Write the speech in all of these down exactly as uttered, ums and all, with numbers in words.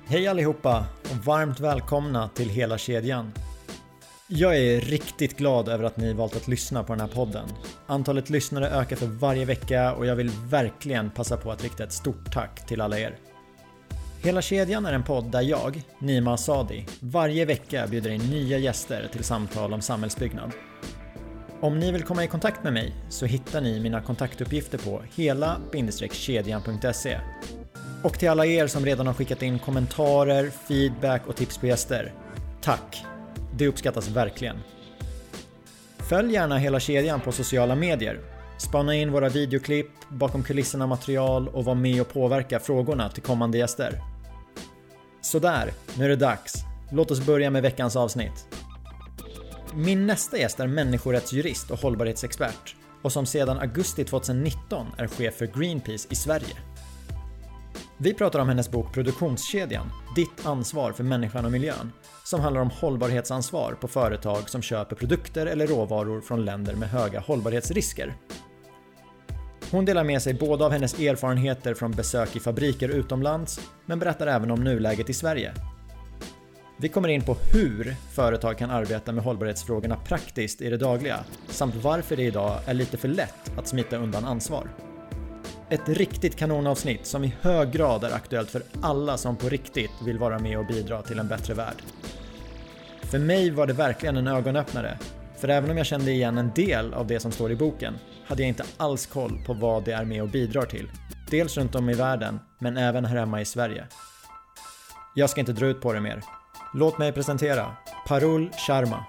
Hej allihopa och varmt välkomna till Hela kedjan. Jag är riktigt glad över att ni valt att lyssna på den här podden. Antalet lyssnare ökar för varje vecka och jag vill verkligen passa på att rikta ett stort tack till alla er. Hela kedjan är en podd där jag, Nima Asadi, varje vecka bjuder in nya gäster till samtal om samhällsbyggnad. Om ni vill komma i kontakt med mig så hittar ni mina kontaktuppgifter på hela kedjan punkt se. Och till alla er som redan har skickat in kommentarer, feedback och tips på gäster. Tack! Det uppskattas verkligen. Följ gärna Hela kedjan på sociala medier. Spana in våra videoklipp, bakom kulisserna material och var med och påverka frågorna till kommande gäster. Sådär, nu är det dags. Låt oss börja med veckans avsnitt. Min nästa gäst är människorättsjurist och hållbarhetsexpert och som sedan augusti tjugonitton är chef för Greenpeace i Sverige. Vi pratar om hennes bok Produktionskedjan, ditt ansvar för människan och miljön, som handlar om hållbarhetsansvar på företag som köper produkter eller råvaror från länder med höga hållbarhetsrisker. Hon delar med sig både av hennes erfarenheter från besök i fabriker utomlands, men berättar även om nuläget i Sverige. Vi kommer in på hur företag kan arbeta med hållbarhetsfrågorna praktiskt i det dagliga, samt varför det idag är lite för lätt att smita undan ansvar. Ett riktigt kanonavsnitt som i hög grad är aktuellt för alla som på riktigt vill vara med och bidra till en bättre värld. För mig var det verkligen en ögonöppnare, för även om jag kände igen en del av det som står i boken hade jag inte alls koll på vad det är med och bidrar till. Dels runt om i världen, men även här hemma i Sverige. Jag ska inte dra ut på det mer. Låt mig presentera Parul Sharma.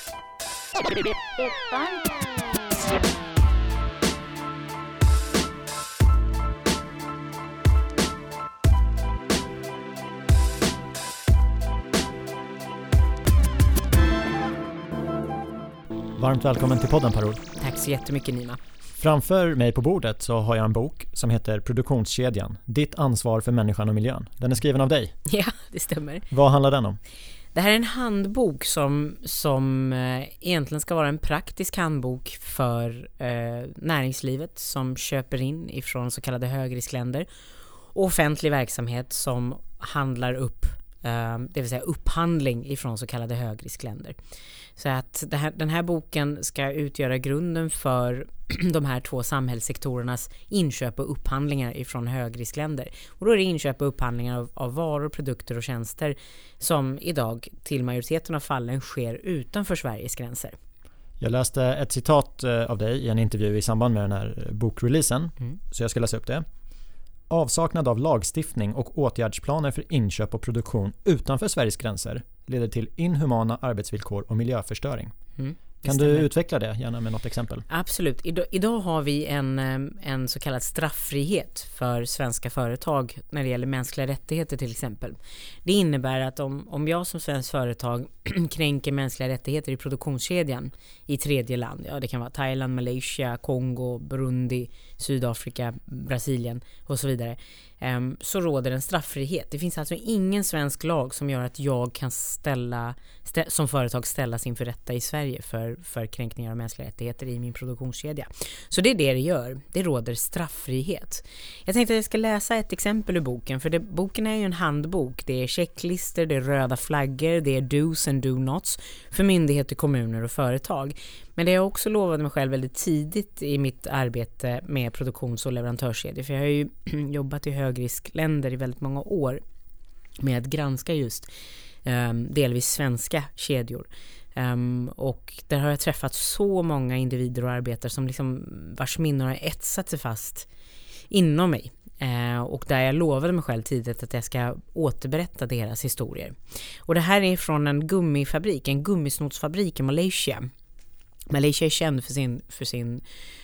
Varmt välkommen till podden, Parul. Tack så jättemycket, Nima. Framför mig på bordet så har jag en bok som heter Produktionskedjan, ditt ansvar för människan och miljön. Den är skriven av dig. Ja, det stämmer. Vad handlar den om? Det här är en handbok som, som eh, egentligen ska vara en praktisk handbok för eh, näringslivet som köper in ifrån så kallade högriskländer och offentlig verksamhet som handlar upp, eh, det vill säga upphandling ifrån så kallade högriskländer. Så att det här, den här boken ska utgöra grunden för de här två samhällssektorernas inköp och upphandlingar ifrån högriskländer. Och då är det inköp och upphandlingar av, av varor, produkter och tjänster som idag till majoriteten av fallen sker utanför Sveriges gränser. Jag läste ett citat av dig i en intervju i samband med den här bokreleasen, mm. så jag ska läsa upp det. Avsaknad av lagstiftning och åtgärdsplaner för inköp och produktion utanför Sveriges gränser leder till inhumana arbetsvillkor och miljöförstöring. Mm, kan du utveckla det gärna med något exempel? Absolut. Idag, idag har vi en, en så kallad strafffrihet för svenska företag när det gäller mänskliga rättigheter till exempel. Det innebär att om, om jag som svensk företag kränker mänskliga rättigheter i produktionskedjan i tredje land, ja det kan vara Thailand, Malaysia, Kongo, Burundi, Sydafrika, Brasilien och så vidare, um, så råder en strafffrihet. Det finns alltså ingen svensk lag som gör att jag kan ställa stä- som företag ställas inför rätta i Sverige för, för kränkningar av mänskliga rättigheter i min produktionskedja. Så det är det det gör. Det råder strafffrihet. Jag tänkte att jag ska läsa ett exempel ur boken, för det, boken är ju en handbok. Det är checklister, det är röda flaggor, det är do's and do nots för myndigheter, kommuner och företag. Men det har jag också lovat mig själv väldigt tidigt i mitt arbete med produktions- och leverantörskedjor. För jag har ju jobbat i högriskländer i väldigt många år med att granska just um, delvis svenska kedjor. Um, och där har jag träffat så många individer och arbetare som liksom vars minnen har etsat sig fast inom mig. Uh, och där jag lovade mig själv tidigt att jag ska återberätta deras historier. Och det här är från en gummifabrik, en gummisnotsfabrik i Malaysia. Malaysia är känd för sin, för sin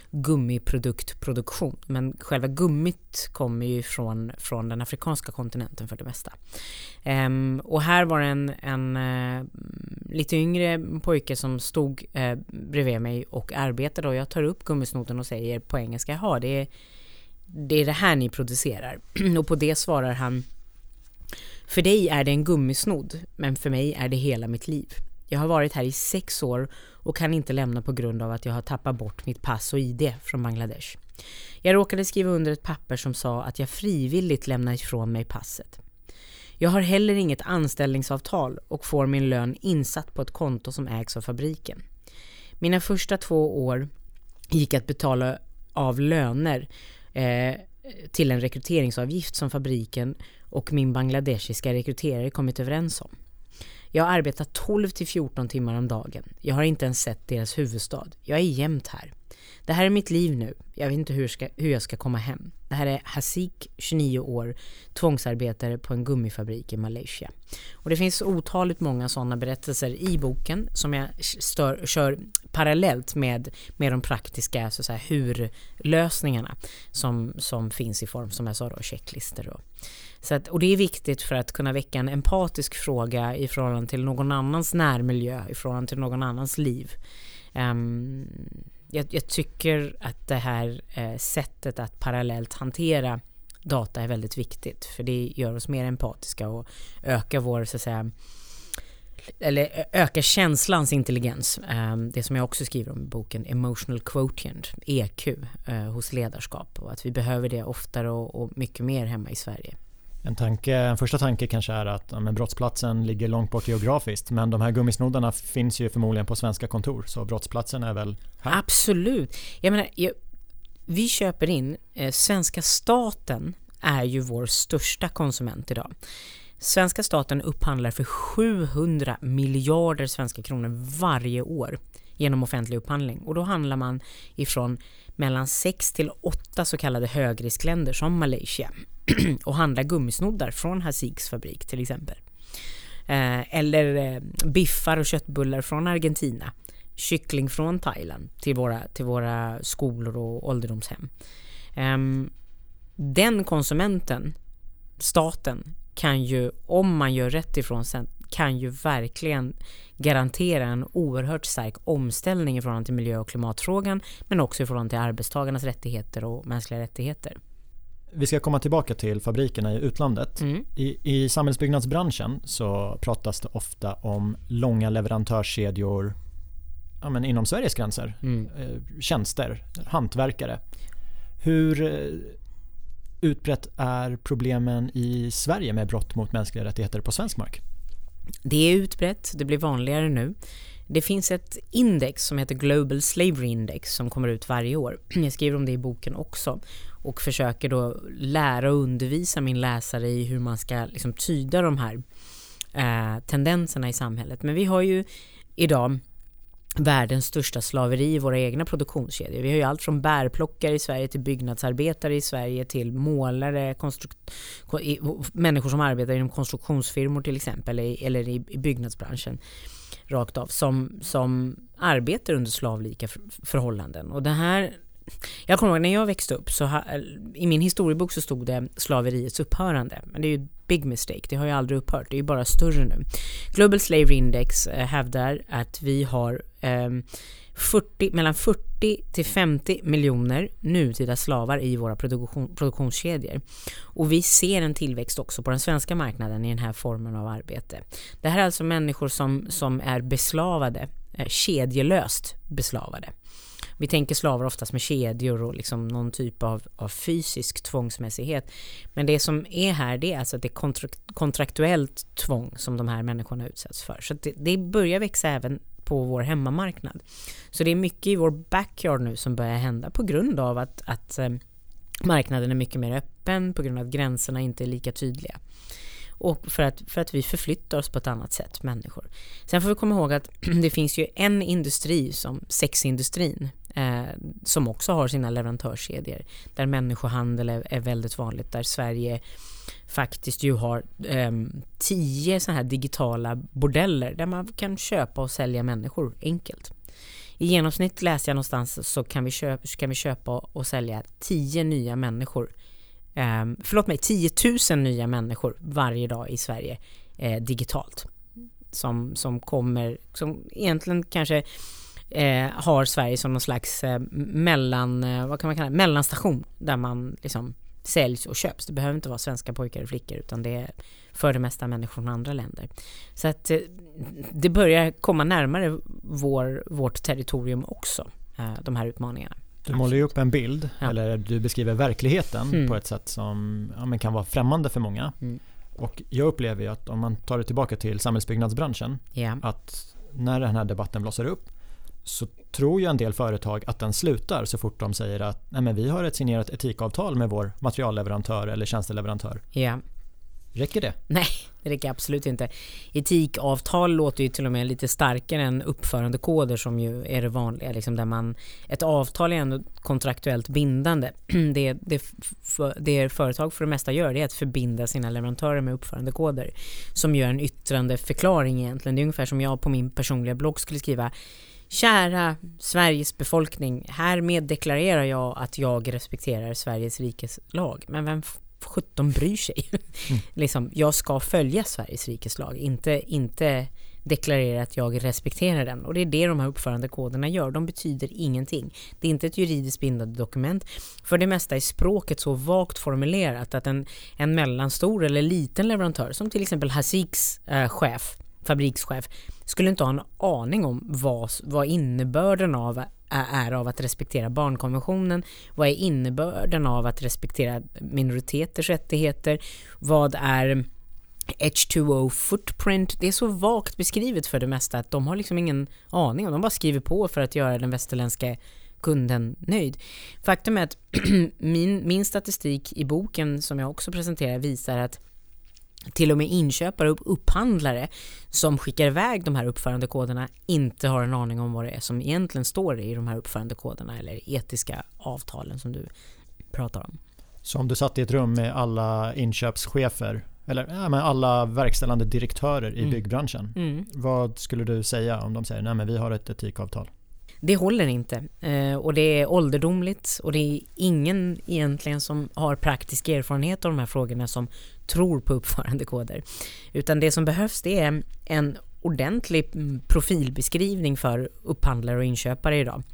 gummiproduktproduktion, men själva gummit kommer ju från, från den afrikanska kontinenten för det mesta. Um, och här var en, en uh, lite yngre pojke som stod uh, bredvid mig och arbetade, och jag tar upp gummisnoten och säger på engelska, ja det är, det är det här ni producerar. Och på det svarar han, för dig är det en gummisnod, men för mig är det hela mitt liv. Jag har varit här i sex år och kan inte lämna på grund av att jag har tappat bort mitt pass och I D från Bangladesh. Jag råkade skriva under ett papper som sa att jag frivilligt lämnar ifrån mig passet. Jag har heller inget anställningsavtal och får min lön insatt på ett konto som ägs av fabriken. Mina första två år gick att betala av löner eh, till en rekryteringsavgift som fabriken och min bangladeshiska rekryterare kommit överens om. Jag arbetar tolv till fjorton timmar om dagen. Jag har inte ens sett deras huvudstad. Jag är jämt här. Det här är mitt liv nu. Jag vet inte hur, ska, hur jag ska komma hem. Det här är Hasik, tjugonio år, tvångsarbetare på en gummifabrik i Malaysia. Och det finns otaligt många sådana berättelser i boken som jag stör, kör parallellt med, med de praktiska så att säga, hur-lösningarna som, som finns i form, som jag sa då, checklister då. Så att, och det är viktigt för att kunna väcka en empatisk fråga i förhållande till någon annans närmiljö, i förhållande till någon annans liv. Um, jag, jag tycker att det här eh, sättet att parallellt hantera data är väldigt viktigt, för det gör oss mer empatiska och ökar vår så att säga, eller ökar känslans intelligens. Um, det som jag också skriver om i boken, emotional quotient, E Q, uh, hos ledarskap, och att vi behöver det oftare och, och mycket mer hemma i Sverige. En, tanke, en första tanke kanske är att ja, men brottsplatsen ligger långt bort geografiskt, men de här gummisnoddarna finns ju förmodligen på svenska kontor, så brottsplatsen är väl här? Absolut. Jag menar, jag, vi köper in, eh, svenska staten är ju vår största konsument idag. Svenska staten upphandlar för sjuhundra miljarder svenska kronor varje år genom offentlig upphandling, och då handlar man ifrån mellan sex till åtta så kallade högriskländer som Malaysia och handlar gummisnoddar från Hasiks fabrik till exempel. Eh, eller eh, biffar och köttbullar från Argentina, kyckling från Thailand till våra, till våra skolor och ålderdomshem. Eh, den konsumenten, staten, kan ju, om man gör rätt ifrån sen, kan ju verkligen garantera en oerhört stark omställning i förhållande till miljö- och klimatfrågan, men också i förhållande till arbetstagarnas rättigheter och mänskliga rättigheter. Vi ska komma tillbaka till fabrikerna i utlandet. Mm. I, I samhällsbyggnadsbranschen så pratas det ofta om långa leverantörskedjor ja, men inom Sveriges gränser. Mm. Eh, tjänster, hantverkare. Hur eh, utbrett är problemen i Sverige med brott mot mänskliga rättigheter på svensk mark? Det är utbrett, det blir vanligare nu. Det finns ett index som heter Global Slavery Index som kommer ut varje år. Jag skriver om det i boken också och försöker då lära och undervisa min läsare i hur man ska liksom tyda de här eh, tendenserna i samhället. Men vi har ju idag världens största slaveri i våra egna produktionskedjor. Vi har ju allt från bärplockare i Sverige till byggnadsarbetare i Sverige till målare, konstruk- människor som arbetar inom konstruktionsfirmor till exempel, eller i, i byggnadsbranschen rakt av, som, som arbetar under slavlika förhållanden. Och det här, jag kommer ihåg när jag växte upp så ha, i min historiebok så stod det slaveriets upphörande, men det är ju big mistake, det har ju aldrig upphört, det är ju bara större nu. Global Slavery Index eh, hävdar att vi har eh, fyrtio, mellan fyrtio till femtio miljoner nutida slavar i våra produktion, produktionskedjor. Och vi ser en tillväxt också på den svenska marknaden i den här formen av arbete. Det här är alltså människor som, som är beslavade, eh, kedjelöst beslavade. Vi tänker slavar oftast med kedjor och liksom någon typ av, av fysisk tvångsmässighet. Men det som är här, det är alltså att det är kontrakt, kontraktuellt tvång som de här människorna utsätts för. Så det, det börjar växa även på vår hemmamarknad. Så det är mycket i vår backyard nu som börjar hända på grund av att, att eh, marknaden är mycket mer öppen, på grund av att gränserna inte är lika tydliga. Och för att, för att vi förflyttar oss på ett annat sätt, människor. Sen får vi komma ihåg att det finns ju en industri som sexindustrin eh, som också har sina leverantörskedjor. Där människohandel är, är väldigt vanligt. Där Sverige faktiskt ju har eh, tio sådana här digitala bordeller där man kan köpa och sälja människor enkelt. I genomsnitt läser jag någonstans så kan vi köpa, kan vi köpa och sälja tio nya människor. Um, förlåt mig, tio tusen nya människor varje dag i Sverige eh, digitalt som, som kommer, som egentligen kanske eh, har Sverige som någon slags eh, mellan, eh, vad kan man kalla det? mellanstation där man liksom säljs och köps. Det behöver inte vara svenska pojkar och flickor, utan det är för det mesta människor från andra länder. Så att eh, det börjar komma närmare vår, vårt territorium också, eh, de här utmaningarna. Du målar ju upp en bild, ja. eller du beskriver verkligheten mm. på ett sätt som ja, men kan vara främmande för många. Mm. Och jag upplever ju att om man tar det tillbaka till samhällsbyggnadsbranschen, yeah. att när den här debatten blossar upp så tror ju en del företag att den slutar så fort de säger att nej, men vi har ett signerat etikavtal med vår materialleverantör eller tjänsteleverantör. Yeah. Räcker det? Nej, det räcker absolut inte. Etikavtal låter ju till och med lite starkare än uppförandekoder som ju är det vanliga. Liksom där man, ett avtal är ändå kontraktuellt bindande. Det, det, för, det företag för det mesta gör det är att förbinda sina leverantörer med uppförandekoder som gör en yttrande förklaring egentligen. Det är ungefär som jag på min personliga blogg skulle skriva: kära Sveriges befolkning, härmed deklarerar jag att jag respekterar Sveriges rikes lag. Men vem sjutton bryr sig? Mm. liksom, jag ska följa Sveriges rikes lag, inte, inte deklarera att jag respekterar den. Och det är det de här uppförandekoderna gör. De betyder ingenting. Det är inte ett juridiskt bindande dokument. För det mesta är språket så vagt formulerat att en, en mellanstor eller liten leverantör, som till exempel Hasiks äh, chef, fabrikschef, skulle inte ha en aning om vad, vad innebörden av är av att respektera barnkonventionen, vad är innebörden av att respektera minoriteters rättigheter, vad är H två O footprint. Det är så vagt beskrivet för det mesta att de har liksom ingen aning om. De bara skriver på för att göra den västerländska kunden nöjd. Faktum är att min, min statistik i boken som jag också presenterar visar att till och med inköpare och upphandlare som skickar iväg de här uppförandekoderna inte har en aning om vad det är som egentligen står i de här uppförandekoderna eller etiska avtalen som du pratar om. Så om du satt i ett rum med alla inköpschefer eller ja, med alla verkställande direktörer i mm. byggbranschen, mm. vad skulle du säga om de säger nej men vi har ett etikavtal? Det håller inte. Eh, och det är ålderdomligt och det är ingen egentligen som har praktisk erfarenhet av de här frågorna som tror på uppförandekoder. Utan det som behövs det är en ordentlig profilbeskrivning för upphandlare och inköpare idag.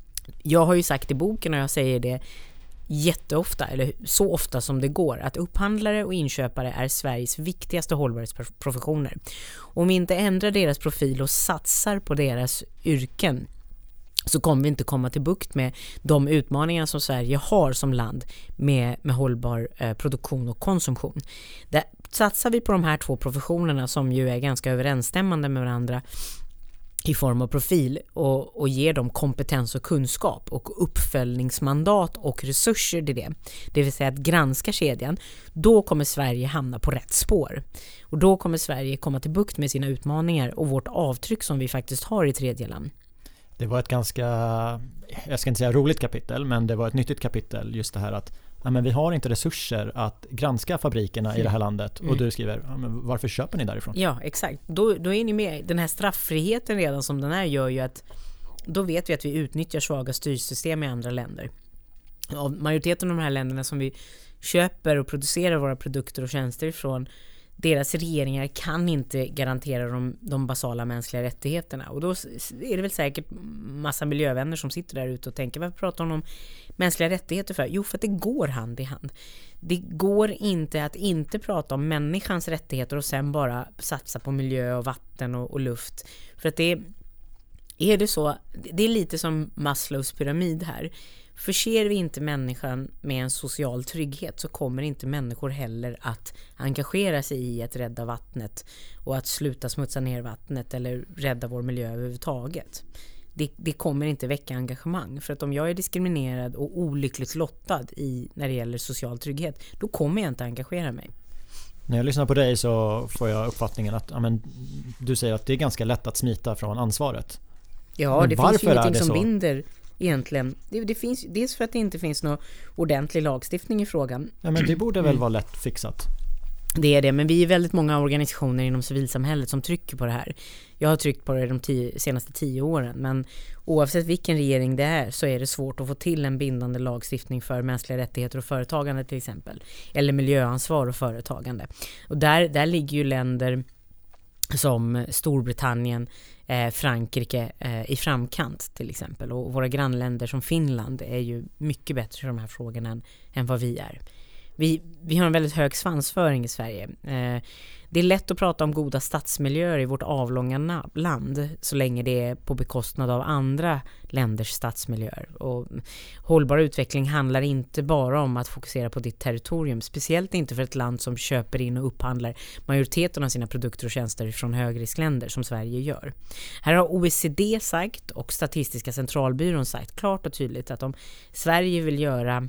Jag har ju sagt i boken och jag säger det jätteofta, eller så ofta som det går, att upphandlare och inköpare är Sveriges viktigaste hållbarhetsprofessioner. Om vi inte ändrar deras profil och satsar på deras yrken så kommer vi inte komma till bukt med de utmaningar som Sverige har som land med, med hållbar eh, produktion och konsumtion. Där satsar vi på de här två professionerna som ju är ganska överensstämmande med varandra i form av profil och, och ger dem kompetens och kunskap och uppföljningsmandat och resurser till det. Det vill säga att granska kedjan. Då kommer Sverige hamna på rätt spår. Och då kommer Sverige komma till bukt med sina utmaningar och vårt avtryck som vi faktiskt har i tredje land. Det var ett ganska, jag ska inte säga roligt kapitel, men det var ett nyttigt kapitel just det här att nej, men vi har inte resurser att granska fabrikerna mm. i det här landet och mm. du skriver, ja, men varför köper ni därifrån? Ja, exakt. Då, då är ni med. Den här strafffriheten redan som den är gör ju att då vet vi att vi utnyttjar svaga styrsystem i andra länder. Av majoriteten av de här länderna som vi köper och producerar våra produkter och tjänster ifrån, deras regeringar kan inte garantera de, de basala mänskliga rättigheterna. Och då är det väl säkert massa miljövänner som sitter där ute och tänker, varför pratar de om mänskliga rättigheter för? Jo, för att det går hand i hand. Det går inte att inte prata om människans rättigheter och sen bara satsa på miljö och vatten och, och luft. För att det är det så, det är lite som Maslows pyramid här. Förser vi inte människan med en social trygghet så kommer inte människor heller att engagera sig i att rädda vattnet och att sluta smutsa ner vattnet eller rädda vår miljö överhuvudtaget. Det, det kommer inte väcka engagemang. För att om jag är diskriminerad och olyckligt lottad i, när det gäller social trygghet, då kommer jag inte engagera mig. När jag lyssnar på dig så får jag uppfattningen att ja, men, du säger att det är ganska lätt att smita från ansvaret. Ja, men det finns ju ingenting som så? binder egentligen. Det, det finns, dels för att det inte finns någon ordentlig lagstiftning i frågan. Ja, men det borde väl vara lätt fixat. Det är det, men vi är väldigt många organisationer inom civilsamhället som trycker på det här. Jag har tryckt på det de tio, senaste tio åren, men oavsett vilken regering det är så är det svårt att få till en bindande lagstiftning för mänskliga rättigheter och företagande till exempel. Eller miljöansvar och företagande. Och där, där ligger ju länder som Storbritannien, eh, Frankrike eh, i framkant till exempel. Och våra grannländer som Finland är ju mycket bättre i de här frågorna än, än vad vi är. vi, vi har en väldigt hög svansföring i Sverige. Eh, det är lätt att prata om goda stadsmiljöer i vårt avlånga na- land så länge det är på bekostnad av andra länders stadsmiljöer. Och hållbar utveckling handlar inte bara om att fokusera på ditt territorium, speciellt inte för ett land som köper in och upphandlar majoriteten av sina produkter och tjänster från högriskländer som Sverige gör. Här har O E C D sagt och Statistiska centralbyrån sagt klart och tydligt att om Sverige vill göra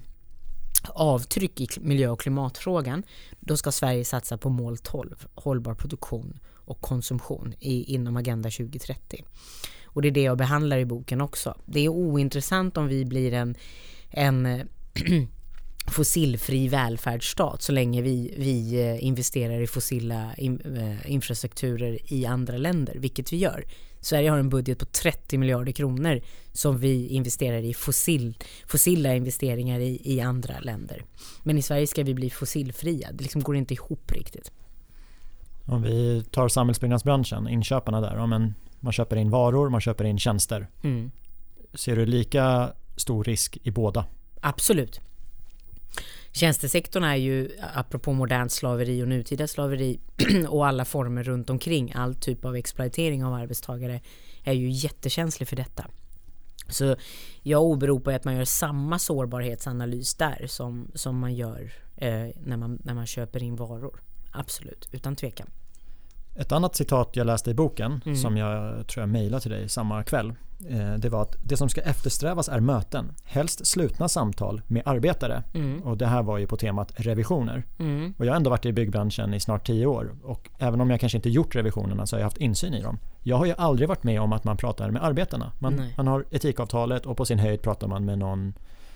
avtryck i miljö- och klimatfrågan, då ska Sverige satsa på mål tolv, hållbar produktion och konsumtion i, inom Agenda tjugo trettio. Och det är det jag behandlar i boken också. Det är ointressant om vi blir en, en fossilfri välfärdsstat så länge vi, vi investerar i fossila in, äh, infrastrukturer i andra länder, vilket vi gör. Sverige har en budget på trettio miljarder kronor som vi investerar i fossil, fossila investeringar i, i andra länder. Men i Sverige ska vi bli fossilfria. Det liksom går inte ihop riktigt. Om vi tar samhällsbyggnadsbranschen, inköparna där. Ja, men man köper in varor, man köper in tjänster. Mm. Ser du lika stor risk i båda? Absolut. Tjänstesektorn är ju, apropå modernt slaveri och nutida slaveri och alla former runt omkring, all typ av exploatering av arbetstagare är ju jättekänslig för detta. Så jag åberopar att man gör samma sårbarhetsanalys där som, som man gör eh, när, man, när man köper in varor. Absolut, utan tvekan. Ett annat citat jag läste i boken mm. som jag tror jag mejlade till dig samma kväll. Eh, det var att det som ska eftersträvas är möten. Helst slutna samtal med arbetare. Mm. Och det här var ju på temat revisioner. Mm. Och jag har ändå varit i byggbranschen i snart tio år. Och även om jag kanske inte gjort revisionerna så har jag haft insyn i dem. Jag har ju aldrig varit med om att man pratar med arbetarna. Man, man har etikavtalet och på sin höjd pratar man med någon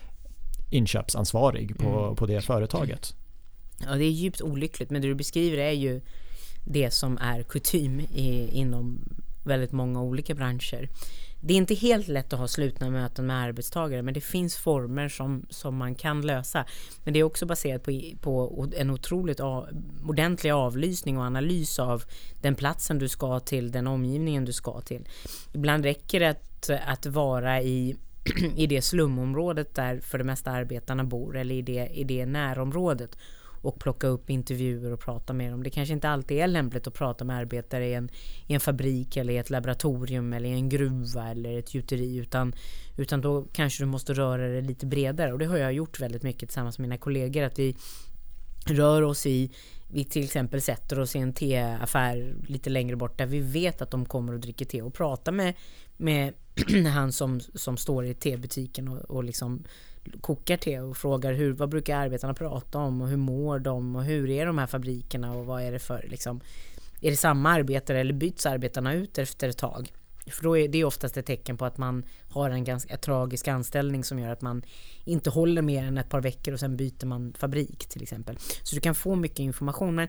inköpsansvarig på, mm. på det företaget. Ja, det är djupt olyckligt. Men det du beskriver är ju det som är kutym i, inom väldigt många olika branscher. Det är inte helt lätt att ha slutna möten med arbetstagare, men det finns former som, som man kan lösa. Men det är också baserat på, på en otroligt av, ordentlig avlysning och analys av den platsen du ska till, den omgivningen du ska till. Ibland räcker det att, att vara i, i det slumområdet där för det mesta arbetarna bor, eller i det, i det närområdet, och plocka upp intervjuer och prata med dem. Det kanske inte alltid är lämpligt att prata med arbetare i en, i en fabrik eller i ett laboratorium eller i en gruva eller ett gjuteri, utan, utan då kanske du måste röra det lite bredare. Och det har jag gjort väldigt mycket tillsammans med mina kollegor, att vi rör oss i, vi till exempel sätter oss i en teaffär lite längre bort där vi vet att de kommer och dricker te och pratar med, med han som, som står i tebutiken och, och liksom kokar te och frågar hur, vad brukar arbetarna prata om och hur mår de och hur är de här fabrikerna och vad är det för liksom, är det samma arbetare eller byts arbetarna ut efter ett tag? För då är det oftast ett tecken på att man har en ganska tragisk anställning som gör att man inte håller mer än ett par veckor och sen byter man fabrik till exempel. Så du kan få mycket information, men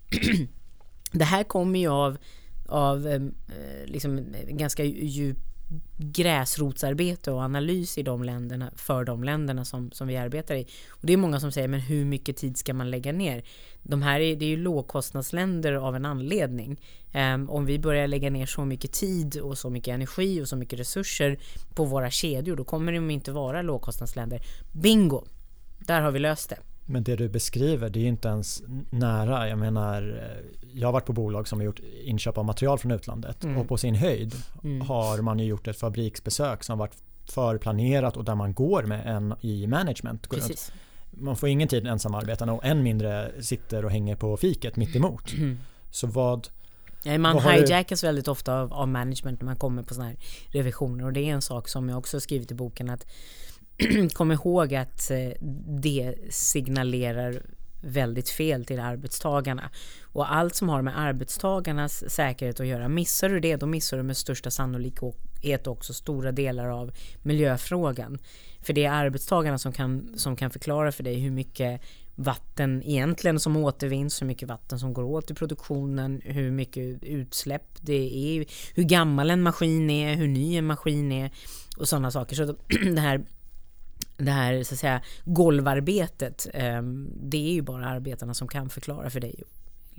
det här kommer ju av, av eh, liksom ganska djup gräsrotsarbete och analys i de länderna, för de länderna som, som vi arbetar i. Och det är många som säger, men hur mycket tid ska man lägga ner? De här är, det är ju lågkostnadsländer av en anledning. Um, om vi börjar lägga ner så mycket tid och så mycket energi och så mycket resurser på våra kedjor, då kommer de inte vara lågkostnadsländer. Bingo! Där har vi löst det. Men det du beskriver, det är inte ens nära. Jag menar, jag har varit på bolag som har gjort inköp av material från utlandet. Mm. Och på sin höjd mm. har man ju gjort ett fabriksbesök som varit förplanerat och där man går med en i management. Precis. Man får ingen tid ensam arbetarna och än mindre sitter och hänger på fiket mitt emot. Mm. Så vad... Ja, man vad hijackas du... väldigt ofta av, av management när man kommer på såna här revisioner. Och det är en sak som jag också skrivit i boken, att kom ihåg att det signalerar väldigt fel till arbetstagarna. Och allt som har med arbetstagarnas säkerhet att göra, missar du det, då missar du med största sannolikhet också stora delar av miljöfrågan. För det är arbetstagarna som kan, som kan förklara för dig hur mycket vatten egentligen som återvinns, hur mycket vatten som går åt i produktionen, hur mycket utsläpp det är, hur gammal en maskin är, hur ny en maskin är och sådana saker. Så det här Det här så att säga golvarbetet, det är ju bara arbetarna som kan förklara för dig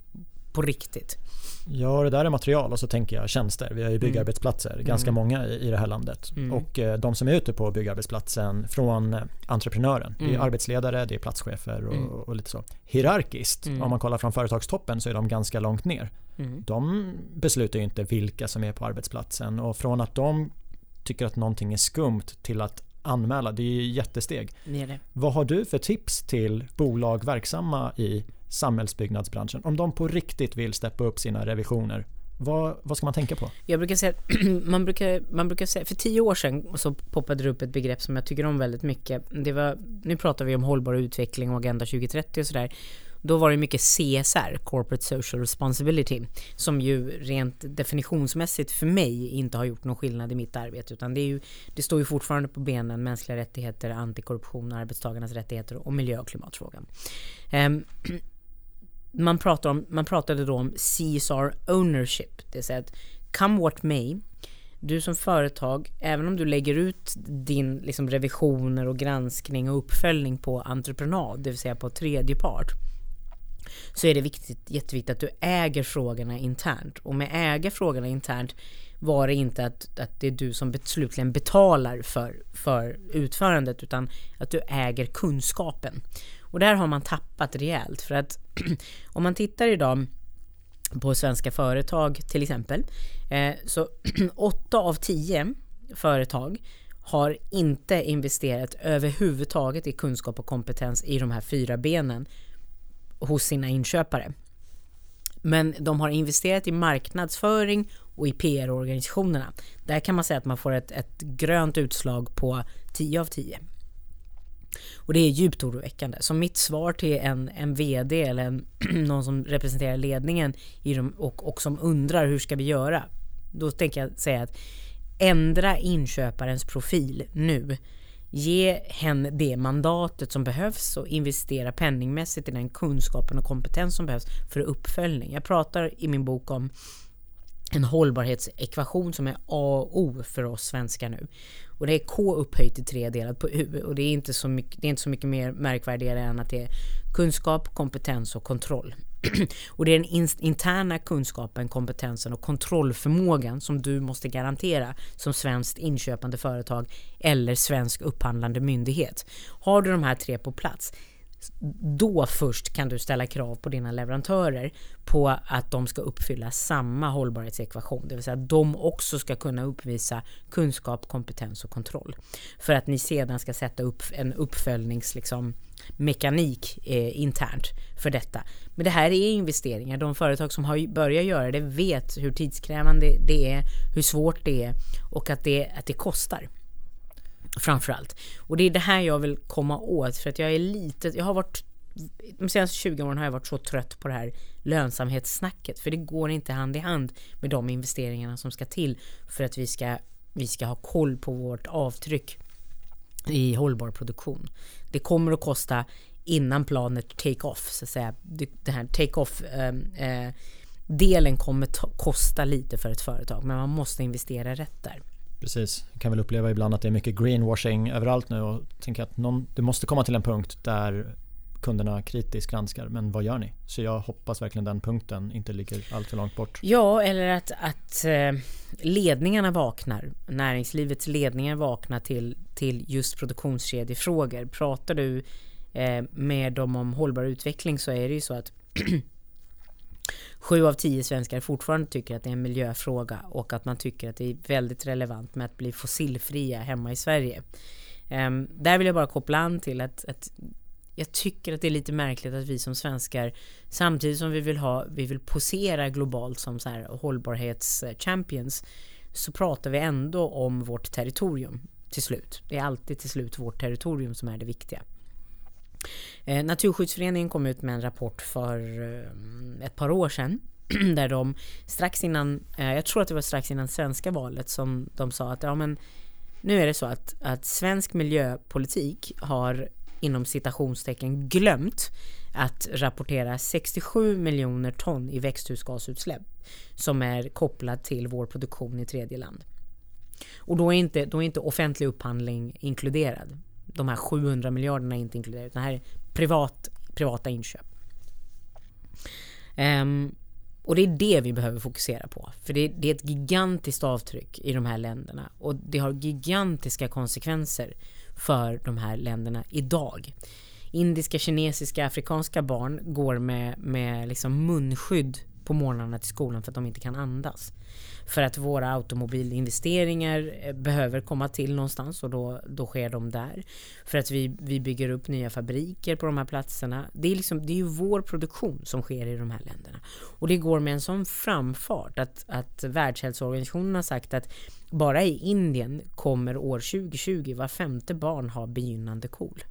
på riktigt. Ja, det där är material och så tänker jag tjänster. Vi har ju byggarbetsplatser, mm. ganska mm. många i, i det här landet. Mm. Och eh, de som är ute på byggarbetsplatsen från eh, entreprenören, mm. det är arbetsledare, det är platschefer och, mm. och lite så. Hierarkiskt, mm. om man kollar från företagstoppen så är de ganska långt ner. Mm. De beslutar ju inte vilka som är på arbetsplatsen och från att de tycker att någonting är skumt till att anmäla, det är ju jättesteg. Det är det. Vad har du för tips till bolag verksamma i samhällsbyggnadsbranschen? Om de på riktigt vill steppa upp sina revisioner, vad, vad ska man tänka på? Jag brukar säga man brukar, man brukar säga, för tio år sedan så poppade det upp ett begrepp som jag tycker om väldigt mycket. Det var, nu pratar vi om hållbar utveckling och Agenda tjugo trettio och sådär. Då var det mycket C S R, Corporate Social Responsibility, som ju rent definitionsmässigt för mig inte har gjort någon skillnad i mitt arbete, utan det, är ju, det står ju fortfarande på benen mänskliga rättigheter, antikorruption, arbetstagarnas rättigheter och miljö- och klimatfrågan. Um, man, pratar om, man pratade då om C S R ownership, det vill säga att come what may, du som företag, även om du lägger ut din liksom, revisioner och granskning och uppföljning på entreprenad, det vill säga på tredje part, så är det viktigt, jätteviktigt att du äger frågorna internt. Och med äga frågorna internt var det inte att, att det är du som slutligen betalar för, för utförandet, utan att du äger kunskapen. Och där har man tappat rejält, för att om man tittar idag på svenska företag till exempel, eh, så åtta av tio företag har inte investerat överhuvudtaget i kunskap och kompetens i de här fyra benen hos sina inköpare. Men de har investerat i marknadsföring och i P R-organisationerna. Där kan man säga att man får ett, ett grönt utslag på tio av tio. Och det är djupt oroväckande. Så mitt svar till en, en vd eller en, någon som representerar ledningen i dem och, och som undrar hur ska vi göra, då tänker jag säga att ändra inköparens profil nu. Ge henne det mandatet som behövs och investera penningmässigt i den kunskapen och kompetens som behövs för uppföljning. Jag pratar i min bok om en hållbarhetsekvation som är A och O för oss svenskar nu. Och det är K upphöjt till tre delat på U. Och det är inte så mycket, det är inte så mycket mer märkvärdigare än att det är kunskap, kompetens och kontroll. Och det är den interna kunskapen, kompetensen och kontrollförmågan som du måste garantera som svenskt inköpande företag eller svensk upphandlande myndighet. Har du de här tre på plats, då först kan du ställa krav på dina leverantörer på att de ska uppfylla samma hållbarhetsekvation. Det vill säga att de också ska kunna uppvisa kunskap, kompetens och kontroll. För att ni sedan ska sätta upp en uppföljnings liksom, mekanik eh, internt för detta. Men det här är investeringar. De företag som har börjat göra det vet hur tidskrävande det är, hur svårt det är och att det, att det kostar. Framförallt. Och det är det här jag vill komma åt, för att jag är lite, jag har varit de senaste tjugo åren har jag varit så trött på det här lönsamhetssnacket, för det går inte hand i hand med de investeringarna som ska till för att vi ska, vi ska ha koll på vårt avtryck i hållbar produktion. Det kommer att kosta innan planet take off, så att säga. Det här take off eh, eh, delen kommer ta, kosta lite för ett företag, men man måste investera rätt där. Precis, jag kan väl uppleva ibland att det är mycket greenwashing överallt nu och tänker att någon, det måste komma till en punkt där kunderna kritiskt granskar, men vad gör ni? Så jag hoppas verkligen den punkten inte ligger allt för långt bort. Ja, eller att, att ledningarna vaknar, näringslivets ledningar vaknar till, till just produktionskedjefrågor. Pratar du eh, med dem om hållbar utveckling, så är det ju så att Sju av tio svenskar fortfarande tycker att det är en miljöfråga och att man tycker att det är väldigt relevant med att bli fossilfria hemma i Sverige. Um, där vill jag bara koppla an till att, att jag tycker att det är lite märkligt att vi som svenskar, samtidigt som vi vill ha, vi vill posera globalt som så här hållbarhetschampions, så pratar vi ändå om vårt territorium till slut. Det är alltid till slut vårt territorium som är det viktiga. Eh, Naturskyddsföreningen kom ut med en rapport för eh, ett par år sedan där de strax innan, eh, jag tror att det var strax innan svenska valet, som de sa att ja, men nu är det så att, att svensk miljöpolitik har inom citationstecken glömt att rapportera sextiosju miljoner ton i växthusgasutsläpp som är kopplat till vår produktion i tredje land. Och då är inte, då är inte offentlig upphandling inkluderad. De här sjuhundra miljarderna är inte inkluderade. Det här är privat, privata inköp. Um, Och det är det vi behöver fokusera på. För det, det är ett gigantiskt avtryck i de här länderna. Och det har gigantiska konsekvenser för de här länderna idag. Indiska, kinesiska, afrikanska barn går med, med liksom munskydd på morgnarna till skolan för att de inte kan andas. För att våra automobilinvesteringar behöver komma till någonstans och då, då sker de där. För att vi, vi bygger upp nya fabriker på de här platserna. Det är, liksom, det är ju vår produktion som sker i de här länderna. Och det går med en sån framfart att, att Världshälsoorganisationen har sagt att bara i Indien kommer år tjugo tjugo var femte barn ha begynnande KOL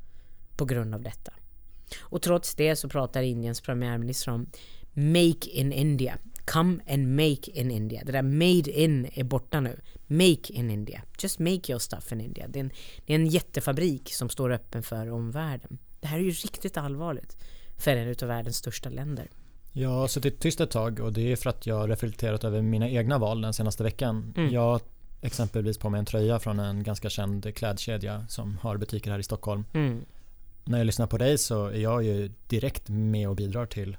på grund av detta. Och trots det så pratar Indiens premiärminister om Make in India. Come and make in India. Det där made in är borta nu. Make in India. Just make your stuff in India. Det är en, det är en jättefabrik som står öppen för omvärlden. Det här är ju riktigt allvarligt för en utav världens största länder. Jag har suttit tyst ett tag och det är för att jag har reflekterat över mina egna val den senaste veckan. Mm. Jag har exempelvis på mig en tröja från en ganska känd klädkedja som har butiker här i Stockholm. Mm. När jag lyssnar på dig så är jag ju direkt med och bidrar till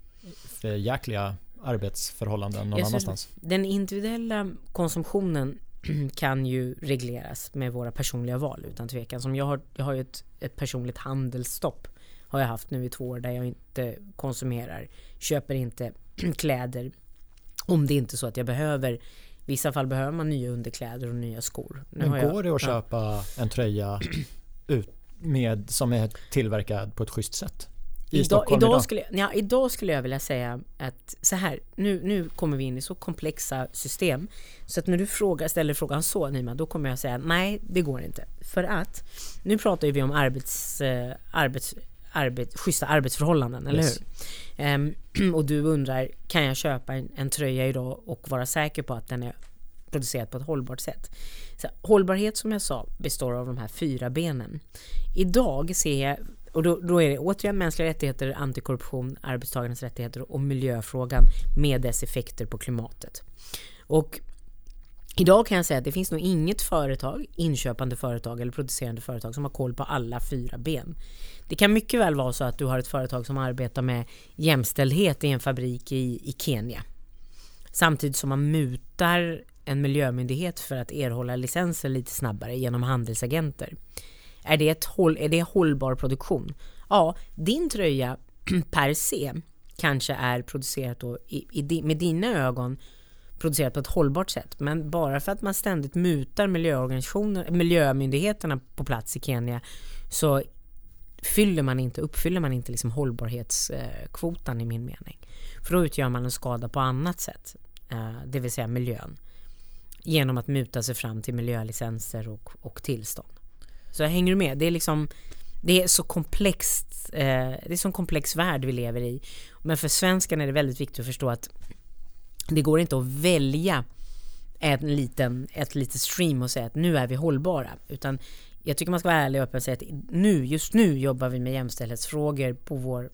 för jäkliga arbetsförhållanden någon annanstans. Den individuella konsumtionen kan ju regleras med våra personliga val utan tvekan. Som jag har, jag har ju ett, ett personligt handelsstopp har jag haft nu i två år där jag inte konsumerar, köper inte kläder om det är inte så att jag behöver. I vissa fall behöver man nya underkläder och nya skor. Nu Men har går jag, det att ja. köpa en tröja ut med, som är tillverkad på ett schysst sätt? I Idag, idag, idag. skulle, ja, idag skulle jag vilja säga att så här, nu, nu kommer vi in i så komplexa system så att när du frågar, ställer frågan så Nima, då kommer jag säga nej, det går inte. För att nu pratar vi om arbets, eh, arbets, arbet, schyssta arbetsförhållanden, eller yes. hur? Um, och du undrar, kan jag köpa en, en tröja idag och vara säker på att den är producerad på ett hållbart sätt? Så, hållbarhet som jag sa består av de här fyra benen. Idag ser jag Och då, då är det återigen mänskliga rättigheter, antikorruption, arbetstagarnas rättigheter och miljöfrågan med dess effekter på klimatet. Och idag kan jag säga att det finns nog inget företag, inköpande företag eller producerande företag som har koll på alla fyra ben. Det kan mycket väl vara så att du har ett företag som arbetar med jämställdhet i en fabrik i, i Kenya. Samtidigt som man mutar en miljömyndighet för att erhålla licenser lite snabbare genom handelsagenter. Är det, ett håll, är det hållbar produktion? Ja, din tröja per se kanske är producerat då i, i, med dina ögon producerat på ett hållbart sätt. Men bara för att man ständigt mutar miljöorganisationer, miljömyndigheterna på plats i Kenya så fyller man inte, uppfyller man inte liksom hållbarhetskvotan i min mening. För då utgör man en skada på annat sätt, det vill säga miljön, genom att muta sig fram till miljölicenser och, och tillstånd. Så hänger du med? Det är liksom det är så komplext eh, det är så komplex värld vi lever i. Men för svenskarna är det väldigt viktigt att förstå att det går inte att välja en liten, ett litet stream och säga att nu är vi hållbara. Utan jag tycker man ska vara ärlig och öppen och säga att nu, just nu jobbar vi med jämställdhetsfrågor på vår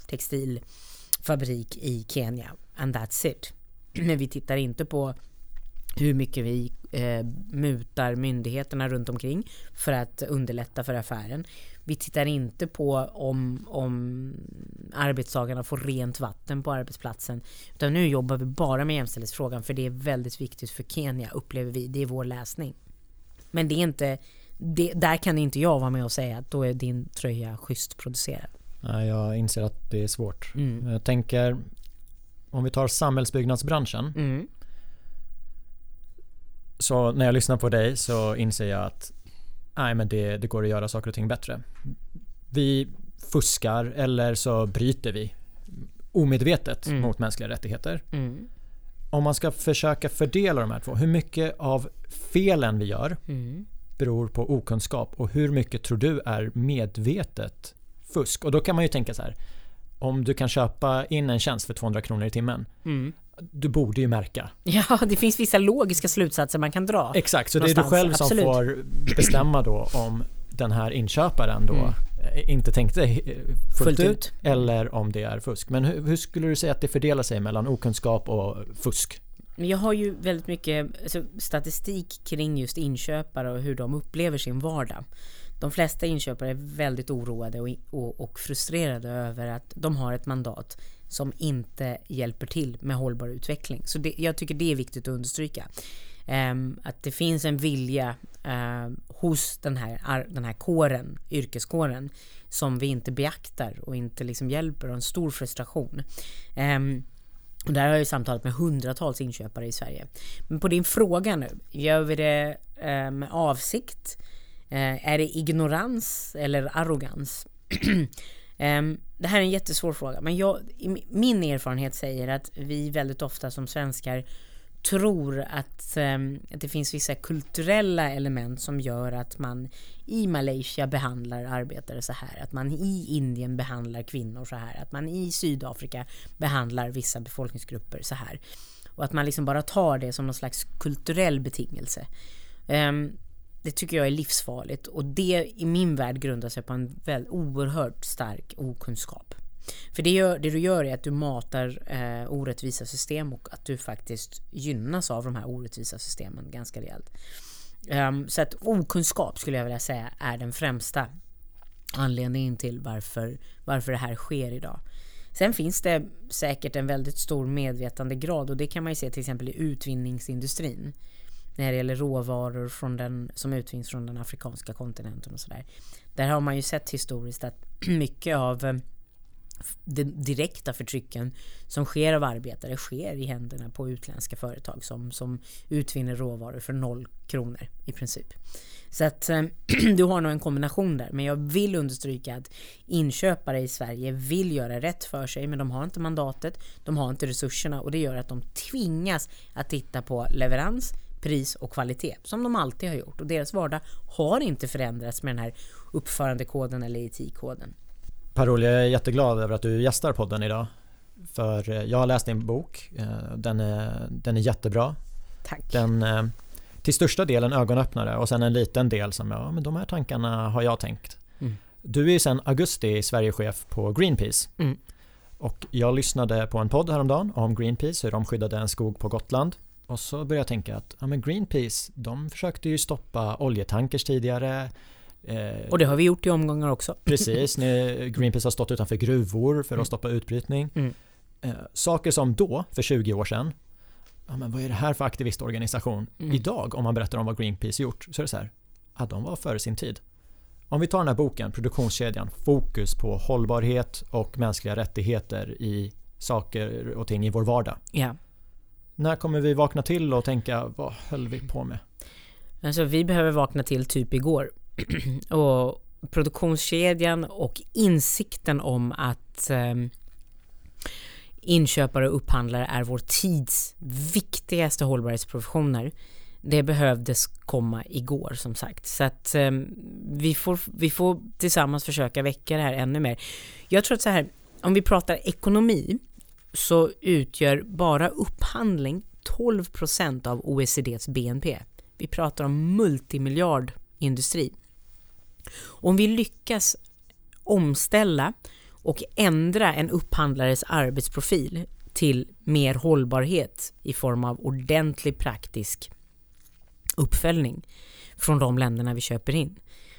textilfabrik i Kenya. And that's it. Men vi tittar inte på hur mycket vi eh, mutar myndigheterna runt omkring för att underlätta för affären. Vi tittar inte på om, om arbetstagarna får rent vatten på arbetsplatsen. Utan nu jobbar vi bara med jämställdhetsfrågan för det är väldigt viktigt för Kenya, upplever vi. Det är vår läsning. Men det är inte, det, där kan inte jag vara med och säga att då är din tröja schysst producerad. Nej, jag inser att det är svårt. Mm. Jag tänker, om vi tar samhällsbyggnadsbranschen. Mm. Så när jag lyssnar på dig så inser jag att nej, men det, det går att göra saker och ting bättre. Vi fuskar eller så bryter vi omedvetet mm. mot mänskliga rättigheter. Mm. Om man ska försöka fördela de här två, hur mycket av felen vi gör mm. beror på okunskap och hur mycket tror du är medvetet fusk? Och då kan man ju tänka så här, om du kan köpa in en tjänst för tvåhundra kronor i timmen mm. du borde ju märka. Ja, det finns vissa logiska slutsatser man kan dra. Exakt, så någonstans. Det är du själv som Absolut. får bestämma då om den här inköparen då mm. inte tänkte fullt, fullt ut, ut eller om det är fusk. Men hur, hur skulle du säga att det fördelar sig mellan okunskap och fusk? Jag har ju väldigt mycket alltså, statistik kring just inköpare och hur de upplever sin vardag. De flesta inköpare är väldigt oroade och, och, och frustrerade över att de har ett mandat som inte hjälper till med hållbar utveckling. Så det, jag tycker det är viktigt att understryka. Um, att det finns en vilja uh, hos den här, den här kåren, yrkeskåren, som vi inte beaktar och inte liksom hjälper, och en stor frustration. Um, och där har jag ju samtalat med hundratals inköpare i Sverige. Men på din fråga nu, gör vi det uh, med avsikt? Uh, är det ignorans eller arrogans? um, det här är en jättesvår fråga, men jag, min erfarenhet säger att vi väldigt ofta som svenskar tror att, um, att det finns vissa kulturella element som gör att man i Malaysia behandlar arbetare så här, att man i Indien behandlar kvinnor så här, att man i Sydafrika behandlar vissa befolkningsgrupper så här, och att man liksom bara tar det som någon slags kulturell betingelse. Um, det tycker jag är livsfarligt, och det i min värld grundar sig på en väl oerhört stark okunskap. För det, gör, det du gör är att du matar eh, orättvisa system, och att du faktiskt gynnas av de här orättvisa systemen ganska rejält. Um, så att okunskap, skulle jag vilja säga, är den främsta anledningen till varför, varför det här sker idag. Sen finns det säkert en väldigt stor medvetandegrad, och det kan man ju se till exempel i utvinningsindustrin. När det gäller råvaror från den, som utvinns från den afrikanska kontinenten och sådär. Där har man ju sett historiskt att mycket av den direkta förtrycken som sker av arbetare sker i händerna på utländska företag som, som utvinner råvaror för noll kronor i princip. Så att du har nog en kombination där, men jag vill understryka att inköpare i Sverige vill göra rätt för sig, men de har inte mandatet, de har inte resurserna, och det gör att de tvingas att titta på leverans, pris och kvalitet som de alltid har gjort, och deras vardag har inte förändrats med den här uppförandekoden eller etikkoden. Per-Olle, jag är jätteglad över att du gästar podden idag. För jag har läst din bok. Den är, den är jättebra. Tack. Den till största delen ögonöppnare, och sen en liten del som ja, men de här tankarna har jag tänkt. Mm. Du är ju sedan augusti Sverigechef på Greenpeace. Mm. Och jag lyssnade på en podd häromdagen om Greenpeace, hur de skyddade en skog på Gotland. Och så började jag tänka att ja, men Greenpeace, de försökte ju stoppa oljetankers tidigare. Eh, och det har vi gjort i omgångar också. Precis, när Greenpeace har stått utanför gruvor för att mm. stoppa utbrytning. Mm. Eh, saker som då, för tjugo år sedan, ja, men vad är det här för aktivistorganisation? Mm. Idag, om man berättar om vad Greenpeace gjort, så är det så här, ja, de var före sin tid. Om vi tar den här boken, Produktionskedjan, fokus på hållbarhet och mänskliga rättigheter i saker och ting i vår vardag. Ja. När kommer vi vakna till och tänka, vad höll vi på med? Alltså, vi behöver vakna till typ igår. Och produktionskedjan och insikten om att eh, inköpare och upphandlare är vår tids viktigaste hållbarhetsprofessioner, det behövdes komma igår, som sagt. Så att eh, vi, får, vi får tillsammans försöka väcka det här ännu mer. Jag tror att så här, om vi pratar ekonomi, så utgör bara upphandling tolv procent av O E C D:s B N P. Vi pratar om multimiljardindustri. Om vi lyckas omställa och ändra en upphandlares arbetsprofil till mer hållbarhet i form av ordentlig praktisk uppföljning från de länderna vi köper in,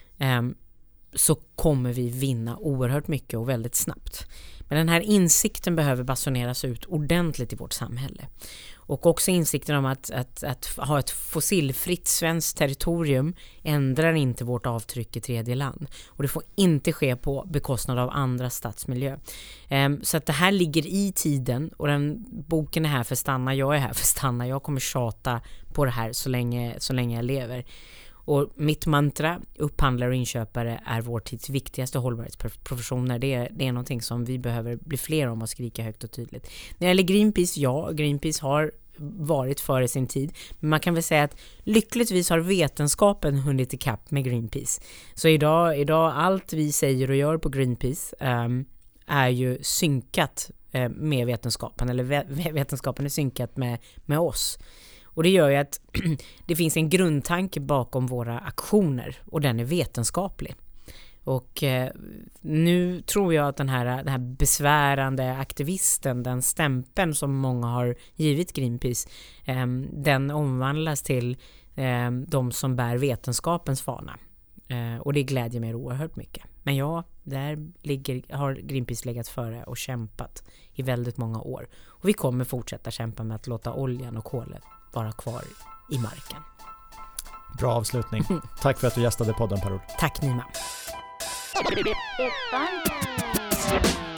så kommer vi vinna oerhört mycket och väldigt snabbt. Men den här insikten behöver basuneras ut ordentligt i vårt samhälle. Och också insikten om att, att, att ha ett fossilfritt svenskt territorium ändrar inte vårt avtryck i tredje land. Och det får inte ske på bekostnad av andra stadsmiljö. Um, så att det här ligger i tiden, och den boken är här för stanna. Jag är här för stanna. Jag kommer tjata på det här så länge, så länge jag lever. Och mitt mantra, upphandlare och inköpare, är vår tids viktigaste hållbarhetsprofessioner. Det är, det är någonting som vi behöver bli fler om och skrika högt och tydligt. När det gäller Greenpeace, ja, Greenpeace har varit före sin tid. Men man kan väl säga att lyckligtvis har vetenskapen hunnit ikapp med Greenpeace. Så idag, idag allt vi säger och gör på Greenpeace um, är ju synkat uh, med vetenskapen. Eller ve- vetenskapen är synkat med, med oss. Och det gör ju att det finns en grundtanke bakom våra aktioner, och den är vetenskaplig. Och eh, nu tror jag att den här, den här besvärande aktivisten, den stämpeln som många har givit Greenpeace, eh, den omvandlas till eh, de som bär vetenskapens fana. Eh, och det glädjer mig oerhört mycket. Men ja, där ligger, har Greenpeace legat före och kämpat i väldigt många år. Och vi kommer fortsätta kämpa med att låta oljan och kolet vara kvar i marken. Bra avslutning. Tack för att du gästade podden, Per-Olof. Tack Nima. It's fun.